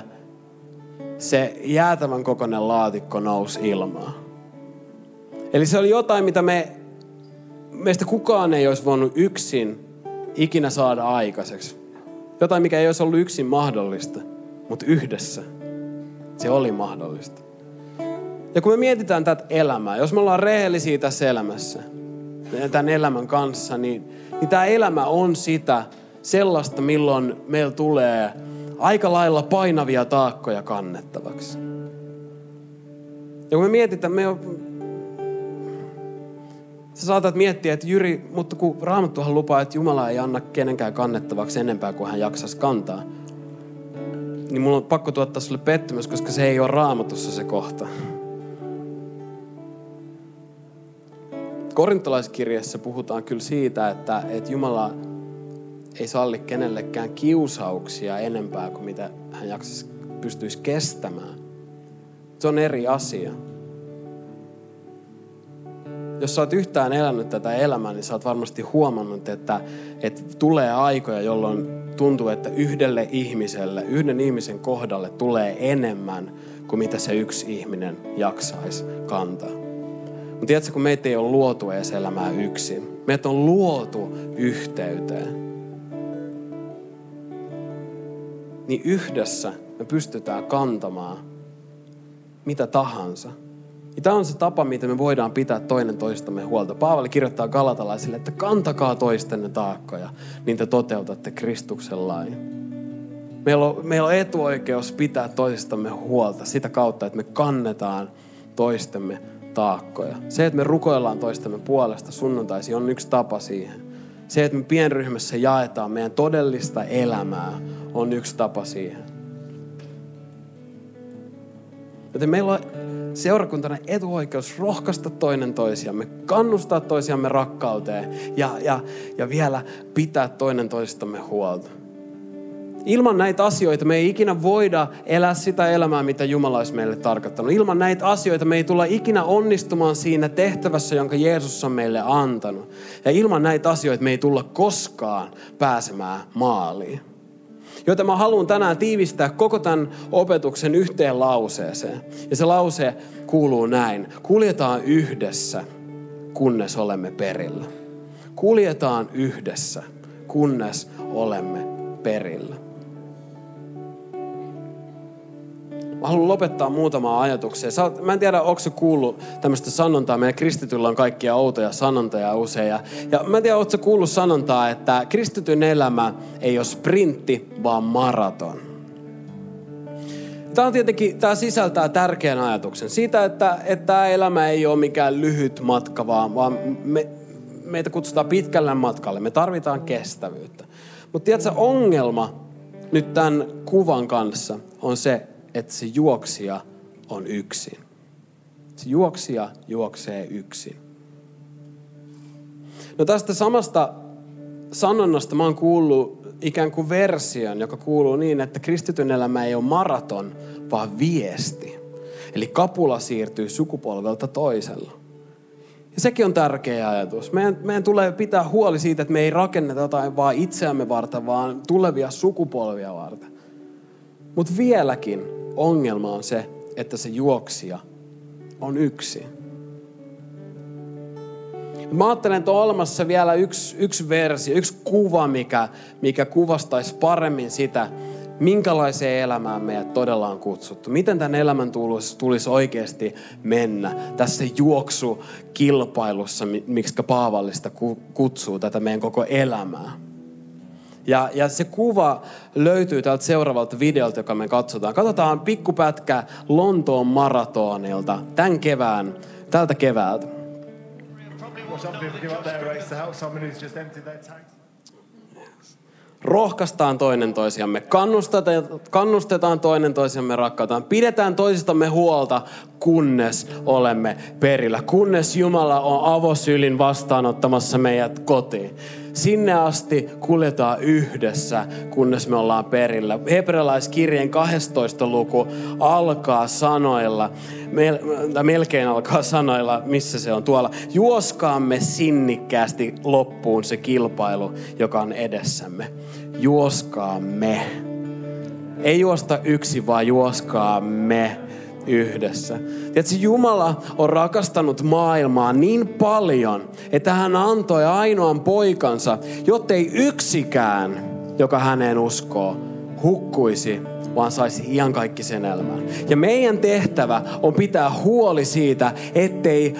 se jäätävän kokoinen laatikko nousi ilmaan. Eli se oli jotain, mitä me, meistä kukaan ei olisi voinut yksin ikinä saada aikaiseksi. Jotain, mikä ei olisi ollut yksin mahdollista, mutta yhdessä se oli mahdollista. Ja kun me mietitään tätä elämää, jos me ollaan rehellisiä tässä elämässä, tämän elämän kanssa, niin, niin tämä elämä on sitä sellaista, milloin meillä tulee aika lailla painavia taakkoja kannettavaksi. Ja kun me mietitään, me on, sä saatat miettiä, että Jyri, mutta kun Raamattuhan lupaa, että Jumala ei anna kenenkään kannettavaksi enempää kuin hän jaksaisi kantaa, niin mulla on pakko tuottaa sulle pettymys, koska se ei ole Raamatussa se kohta. Korintolaiskirjassa puhutaan kyllä siitä, että, että Jumala ei salli kenellekään kiusauksia enempää kuin mitä hän jaksaisi, pystyisi kestämään. Se on eri asia. Jos sä oot yhtään elänyt tätä elämää, niin sä oot varmasti huomannut, että, että tulee aikoja, jolloin tuntuu, että yhdelle ihmiselle, yhden ihmisen kohdalle tulee enemmän kuin mitä se yksi ihminen jaksaisi kantaa. Mutta tiedätkö, kun meitä ei ole luotu edes elämään yksin. Meitä on luotu yhteyteen. Niin yhdessä me pystytään kantamaan mitä tahansa. Ja tämä on se tapa, miten me voidaan pitää toinen toistamme huolta. Paavali kirjoittaa galatalaisille, että kantakaa toistenne taakkoja, niin te toteutatte Kristuksen lain. Meillä on, meillä on etuoikeus pitää toisistamme huolta sitä kautta, että me kannetaan toistemme taakkoja. Se, että me rukoillaan toistemme puolesta sunnuntaisin, on yksi tapa siihen. Se, että me pienryhmässä jaetaan meidän todellista elämää, on yksi tapa siihen. Joten meillä on seurakuntana etuoikeus rohkaista toinen toisiamme, kannustaa toisiamme rakkauteen ja, ja, ja vielä pitää toinen toisistamme huolta. Ilman näitä asioita me ei ikinä voida elää sitä elämää, mitä Jumala olisi meille tarkoittanut. Ilman näitä asioita me ei tulla ikinä onnistumaan siinä tehtävässä, jonka Jeesus on meille antanut. Ja ilman näitä asioita me ei tulla koskaan pääsemään maaliin. Joten mä haluan tänään tiivistää koko tämän opetuksen yhteen lauseeseen. Ja se lause kuuluu näin. Kuljetaan yhdessä, kunnes olemme perillä. Kuljetaan yhdessä, kunnes olemme perillä. Mä haluan lopettaa muutamaa ajatuksia. Mä en tiedä, onko se kuullut tämmöistä sanontaa. Meidän kristityllä on kaikkia outoja sanontoja usein. Ja, ja mä en tiedä, onko se kuullut sanontaa, että kristityn elämä ei ole sprintti, vaan maraton. Tämä on tietenkin, tämä sisältää tärkeän ajatuksen siitä, että, että tämä elämä ei ole mikään lyhyt matka, vaan, vaan me, meitä kutsutaan pitkälle matkalle. Me tarvitaan kestävyyttä. Mutta tiedätkö, ongelma nyt tämän kuvan kanssa on se, että se juoksija on yksin. Se juoksija juoksee yksin. No tästä samasta sanonnasta mä oon kuullut ikään kuin version, joka kuuluu niin, että kristityn elämä ei ole maraton, vaan viesti. Eli kapula siirtyy sukupolvelta toisella. Ja sekin on tärkeä ajatus. Meidän, meidän tulee pitää huoli siitä, että me ei rakenneta jotain vaan itseämme varten, vaan tulevia sukupolvia varten. Mutta vieläkin ongelma on se, että se juoksija on yksin. Mä ajattelen, että on olemassa vielä yksi, yksi versio, yksi kuva, mikä, mikä kuvastaisi paremmin sitä, minkälaiseen elämään meidät todella on kutsuttu. Miten tämän elämän tulisi, tulisi oikeasti mennä tässä juoksukilpailussa, miksi Paavallista kutsuu tätä meidän koko elämää. Ja, ja se kuva löytyy tältä seuraavalta videolta, joka me katsotaan. Katsotaan pikkupätkä Lontoon maratonilta tämän kevään, tältä keväältä. Rohkaistaan toinen toisiamme, kannustetaan, kannustetaan toinen toisiamme rakkautaan, pidetään toisistamme huolta, kunnes olemme perillä, kunnes Jumala on avosylin vastaanottamassa meidät kotiin. Sinne asti kuljetaan yhdessä, kunnes me ollaan perillä. Hebrealaiskirjeen kahdestoista luku alkaa sanoilla, mel, melkein alkaa sanoilla, missä se on tuolla. Juoskaamme sinnikkäästi loppuun se kilpailu, joka on edessämme. Juoskaamme. Ei juosta yksi, vaan juoskaamme yhdessä. Tiedätkö, Jumala on rakastanut maailmaa niin paljon, että hän antoi ainoan poikansa, jottei yksikään, joka häneen uskoo, hukkuisi, vaan saisi iankaikkisen elämän. Ja meidän tehtävä on pitää huoli siitä, ettei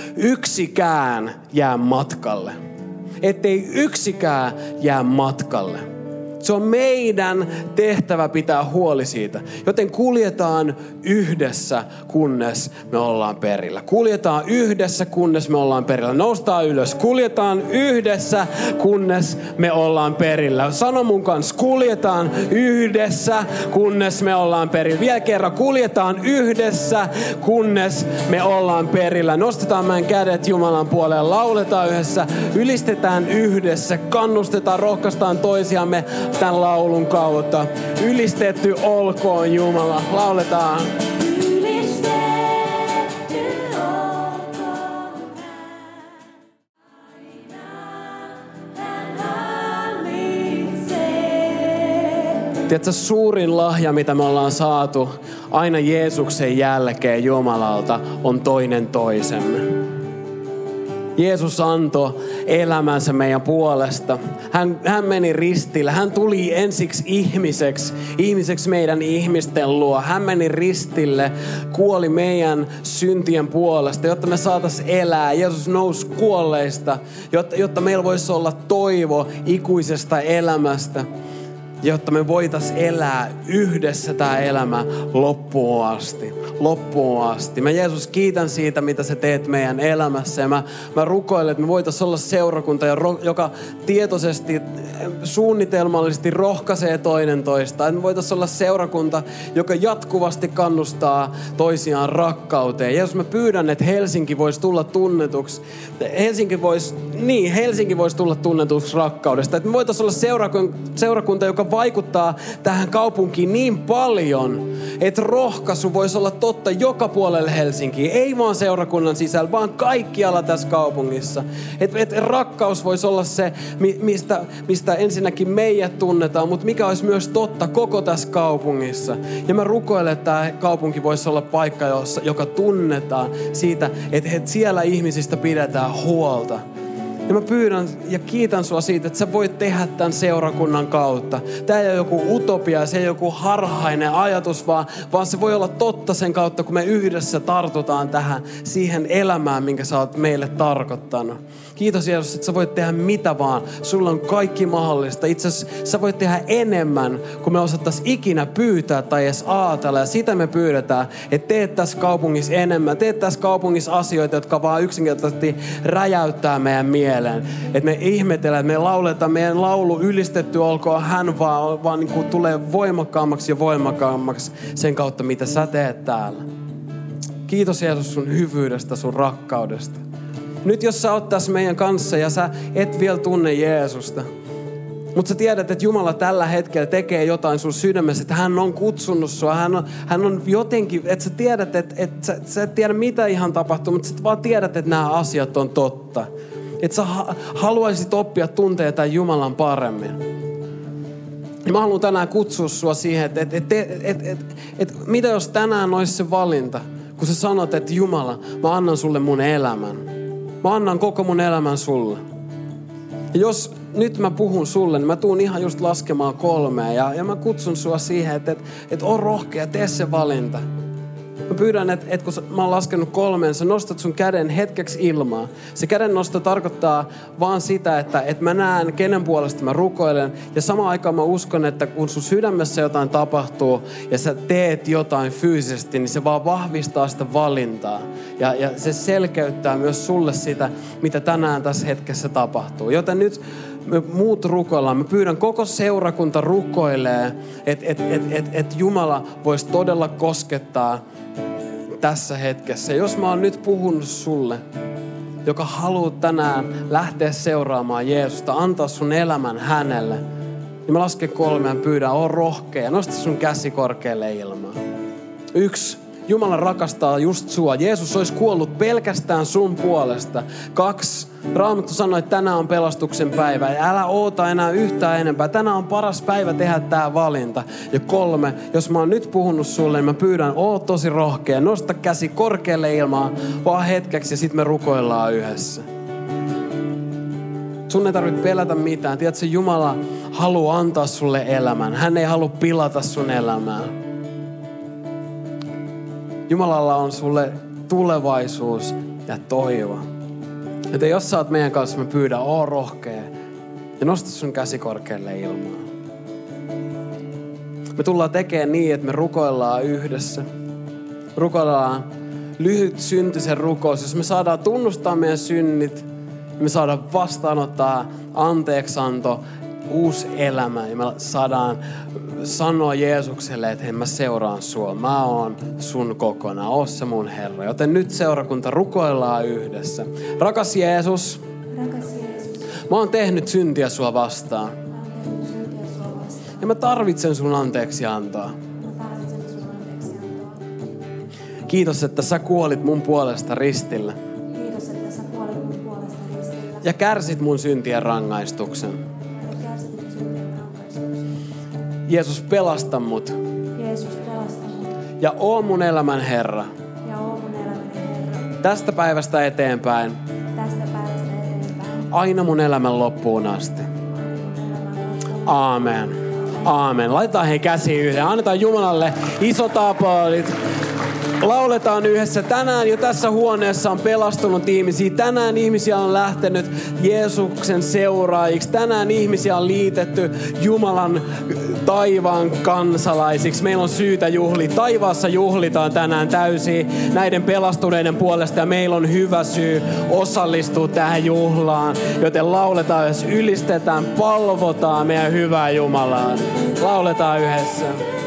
yksikään jää matkalle. Ettei yksikään jää matkalle. Se on meidän tehtävä pitää huoli siitä. Joten kuljetaan yhdessä, kunnes me ollaan perillä. Kuljetaan yhdessä, kunnes me ollaan perillä. Noustaan ylös. Kuljetaan yhdessä, kunnes me ollaan perillä. Sano mun kanssa, kuljetaan yhdessä, kunnes me ollaan perillä. Vielä kerran, kuljetaan yhdessä, kunnes me ollaan perillä. Nostetaan meidän kädet Jumalan puolelle, lauletaan yhdessä, ylistetään yhdessä, kannustetaan, rohkaistaan toisiamme tämän laulun kautta. Ylistetty olkoon Jumala. Lauletaan. Tiedätkö, suurin lahja, mitä me ollaan saatu aina Jeesuksen jälkeen Jumalalta, on toinen toisemme. Jeesus antoi elämänsä meidän puolesta. Hän, hän meni ristille. Hän tuli ensiksi ihmiseksi, ihmiseksi meidän ihmisten luo. Hän meni ristille, kuoli meidän syntien puolesta, jotta me saataisiin elää. Jeesus nousi kuolleista, jotta, jotta meillä voisi olla toivo ikuisesta elämästä. Jotta me voitaisiin elää yhdessä tämä elämä loppuun asti. Loppuun asti. Mä Jeesus kiitän siitä, mitä sä teet meidän elämässä. Ja mä, mä rukoilen, että me voitaisiin olla seurakunta, joka tietoisesti, suunnitelmallisesti rohkaisee toinen toista. Että me voitaisiin olla seurakunta, joka jatkuvasti kannustaa toisiaan rakkauteen. Jeesus, mä pyydän, että Helsinki voisi tulla tunnetuksi. Helsinki voisi, niin, Helsinki voisi tulla tunnetuksi rakkaudesta. Että me voitaisiin olla seurakunta, seurakunta joka vaikuttaa tähän kaupunkiin niin paljon, että rohkaisu voisi olla totta joka puolelle Helsinkiin. Ei vaan seurakunnan sisällä, vaan kaikkialla tässä kaupungissa. Että et rakkaus voisi olla se, mistä, mistä ensinnäkin meidät tunnetaan, mutta mikä olisi myös totta koko tässä kaupungissa. Ja mä rukoilen, että tämä kaupunki voisi olla paikka, jossa, joka tunnetaan siitä, että, että siellä ihmisistä pidetään huolta. Ja mä pyydän ja kiitän sua siitä, että sä voit tehdä tämän seurakunnan kautta. Tää ei ole joku utopia, se ei ole joku harhainen ajatus, vaan, vaan se voi olla totta sen kautta, kun me yhdessä tartutaan tähän siihen elämään, minkä sä oot meille tarkoittanut. Kiitos Jeesus, että sä voit tehdä mitä vaan. Sulla on kaikki mahdollista. Itse asiassa sä voit tehdä enemmän, kun me osattais ikinä pyytää tai edes aatella. Ja sitä me pyydetään, että teet tässä kaupungissa enemmän. Teet tässä kaupungissa asioita, jotka vaan yksinkertaisesti räjäyttää meidän mieleen. Että me ihmetellään, että me lauletaan meidän laulu ylistetty olkoon hän, vaan, vaan niin kuin tulee voimakkaammaksi ja voimakkaammaksi sen kautta, mitä sä teet täällä. Kiitos Jeesus sun hyvyydestä, sun rakkaudesta. Nyt jos sä oot tässä meidän kanssa ja sä et vielä tunne Jeesusta, mutta sä tiedät, että Jumala tällä hetkellä tekee jotain sun sydämessä, että hän on kutsunut sua, hän on, hän on jotenkin, että sä tiedät, että, että sä, sä et tiedä mitä ihan tapahtuu, mutta sä vaan tiedät, että nämä asiat on totta. Että sä haluaisit oppia tuntea tämän Jumalan paremmin. Ja mä haluan tänään kutsua sua siihen, että, että, että, että, että, että, että mitä jos tänään olisi se valinta, kun sä sanot, että Jumala, mä annan sulle mun elämän. Mä annan koko mun elämän sulle. Ja jos nyt mä puhun sulle, niin mä tuun ihan just laskemaan kolmea. Ja, ja mä kutsun sua siihen, että, että, että on rohkea, tee se valinta. Mä pyydän, että, että kun mä oon laskenut kolmeen, sä nostat sun käden hetkeksi ilmaa. Se käden nosto tarkoittaa vaan sitä, että, että mä näen, kenen puolesta mä rukoilen. Ja samaan aikaan mä uskon, että kun sun sydämessä jotain tapahtuu ja sä teet jotain fyysisesti, niin se vaan vahvistaa sitä valintaa. Ja, ja se selkeyttää myös sulle sitä, mitä tänään tässä hetkessä tapahtuu. Joten nyt me muut rukoillaan. Mä pyydän koko seurakunta rukoilee, että et, et, et, et Jumala voisi todella koskettaa tässä hetkessä. Jos mä oon nyt puhunut sulle, joka haluaa tänään lähteä seuraamaan Jeesusta, antaa sun elämän hänelle, niin mä lasken kolmeen ja pyydän, oo rohkea. Nosta sun käsi korkealle ilmaan. Yksi. Jumala rakastaa just sua. Jeesus olisi kuollut pelkästään sun puolesta. Kaksi. Raamattu sanoi, että tänään on pelastuksen päivä. Ja älä oota enää yhtään enempää. Tänään on paras päivä tehdä tää valinta. Ja kolme. Jos mä oon nyt puhunut sulle, niin mä pyydän, oo tosi rohkea. Nosta käsi korkealle ilmaan vaan hetkeksi ja sit me rukoillaan yhdessä. Sun ei tarvitse pelätä mitään. Tiedätkö, Jumala haluaa antaa sulle elämän. Hän ei halua pilata sun elämää. Jumalalla on sulle tulevaisuus ja toivo. Joten jos sä oot meidän kanssa, mä pyydän, oo rohkea. Ja nosta sun käsi korkealle ilmaan. Me tullaan tekemään niin, että me rukoillaan yhdessä. Rukoillaan lyhyt syntisen rukous, jos me saadaan tunnustaa meidän synnit, me saadaan vastaanottaa anteeksianto, uusi elämä ja me saadaan sanoa Jeesukselle, että hei, mä seuraan sua, mä oon sun kokona, oo se mun Herra. Joten nyt seurakunta rukoillaan yhdessä. Rakas Jeesus, Rakas Jeesus, mä oon tehnyt syntiä sua vastaan. mä oon tehnyt syntiä sua vastaan. Ja mä tarvitsen sun anteeksi antaa. Mä tarvitsen sun anteeksiantoa. Kiitos, että sä kuolit mun puolesta ristillä. Kiitos, että sä kuolit mun puolesta ristillä. Ja kärsit mun syntien rangaistuksen. Ja kärsit mun syntien rangaistuksen. Jeesus, pelasta mut. Jeesus, pelasta mut. Ja oo mun elämän Herra. Ja oo mun elämäni Herra. Tästä päivästä eteenpäin. Tästä päivästä eteenpäin. Aina mun elämän loppuun asti. Aamen. Aamen. Laitetaan hei käsi yhden. Annetaan Jumalalle isot aplodit. Lauletaan yhdessä. Tänään jo tässä huoneessa on pelastunut ihmisiä. Tänään ihmisiä on lähtenyt Jeesuksen seuraajiksi. Tänään ihmisiä on liitetty Jumalan taivaan kansalaisiksi. Meillä on syytä juhlia. Taivaassa juhlitaan tänään täysin näiden pelastuneiden puolesta. Ja meillä on hyvä syy osallistua tähän juhlaan. Joten lauletaan yhdessä, ylistetään, palvotaan meidän hyvää Jumalaa. Lauletaan yhdessä.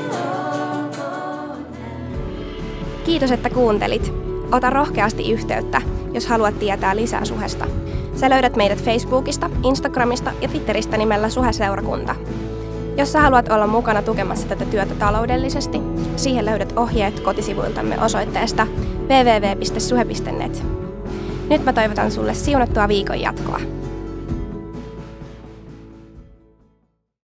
Kiitos, että kuuntelit. Ota rohkeasti yhteyttä, jos haluat tietää lisää Suhesta. Sä löydät meidät Facebookista, Instagramista ja Twitteristä nimellä Suhe-seurakunta. Jos sä haluat olla mukana tukemassa tätä työtä taloudellisesti, siihen löydät ohjeet kotisivuiltamme osoitteesta double-u double-u double-u piste suhe piste net. Nyt mä toivotan sulle siunattua viikon jatkoa.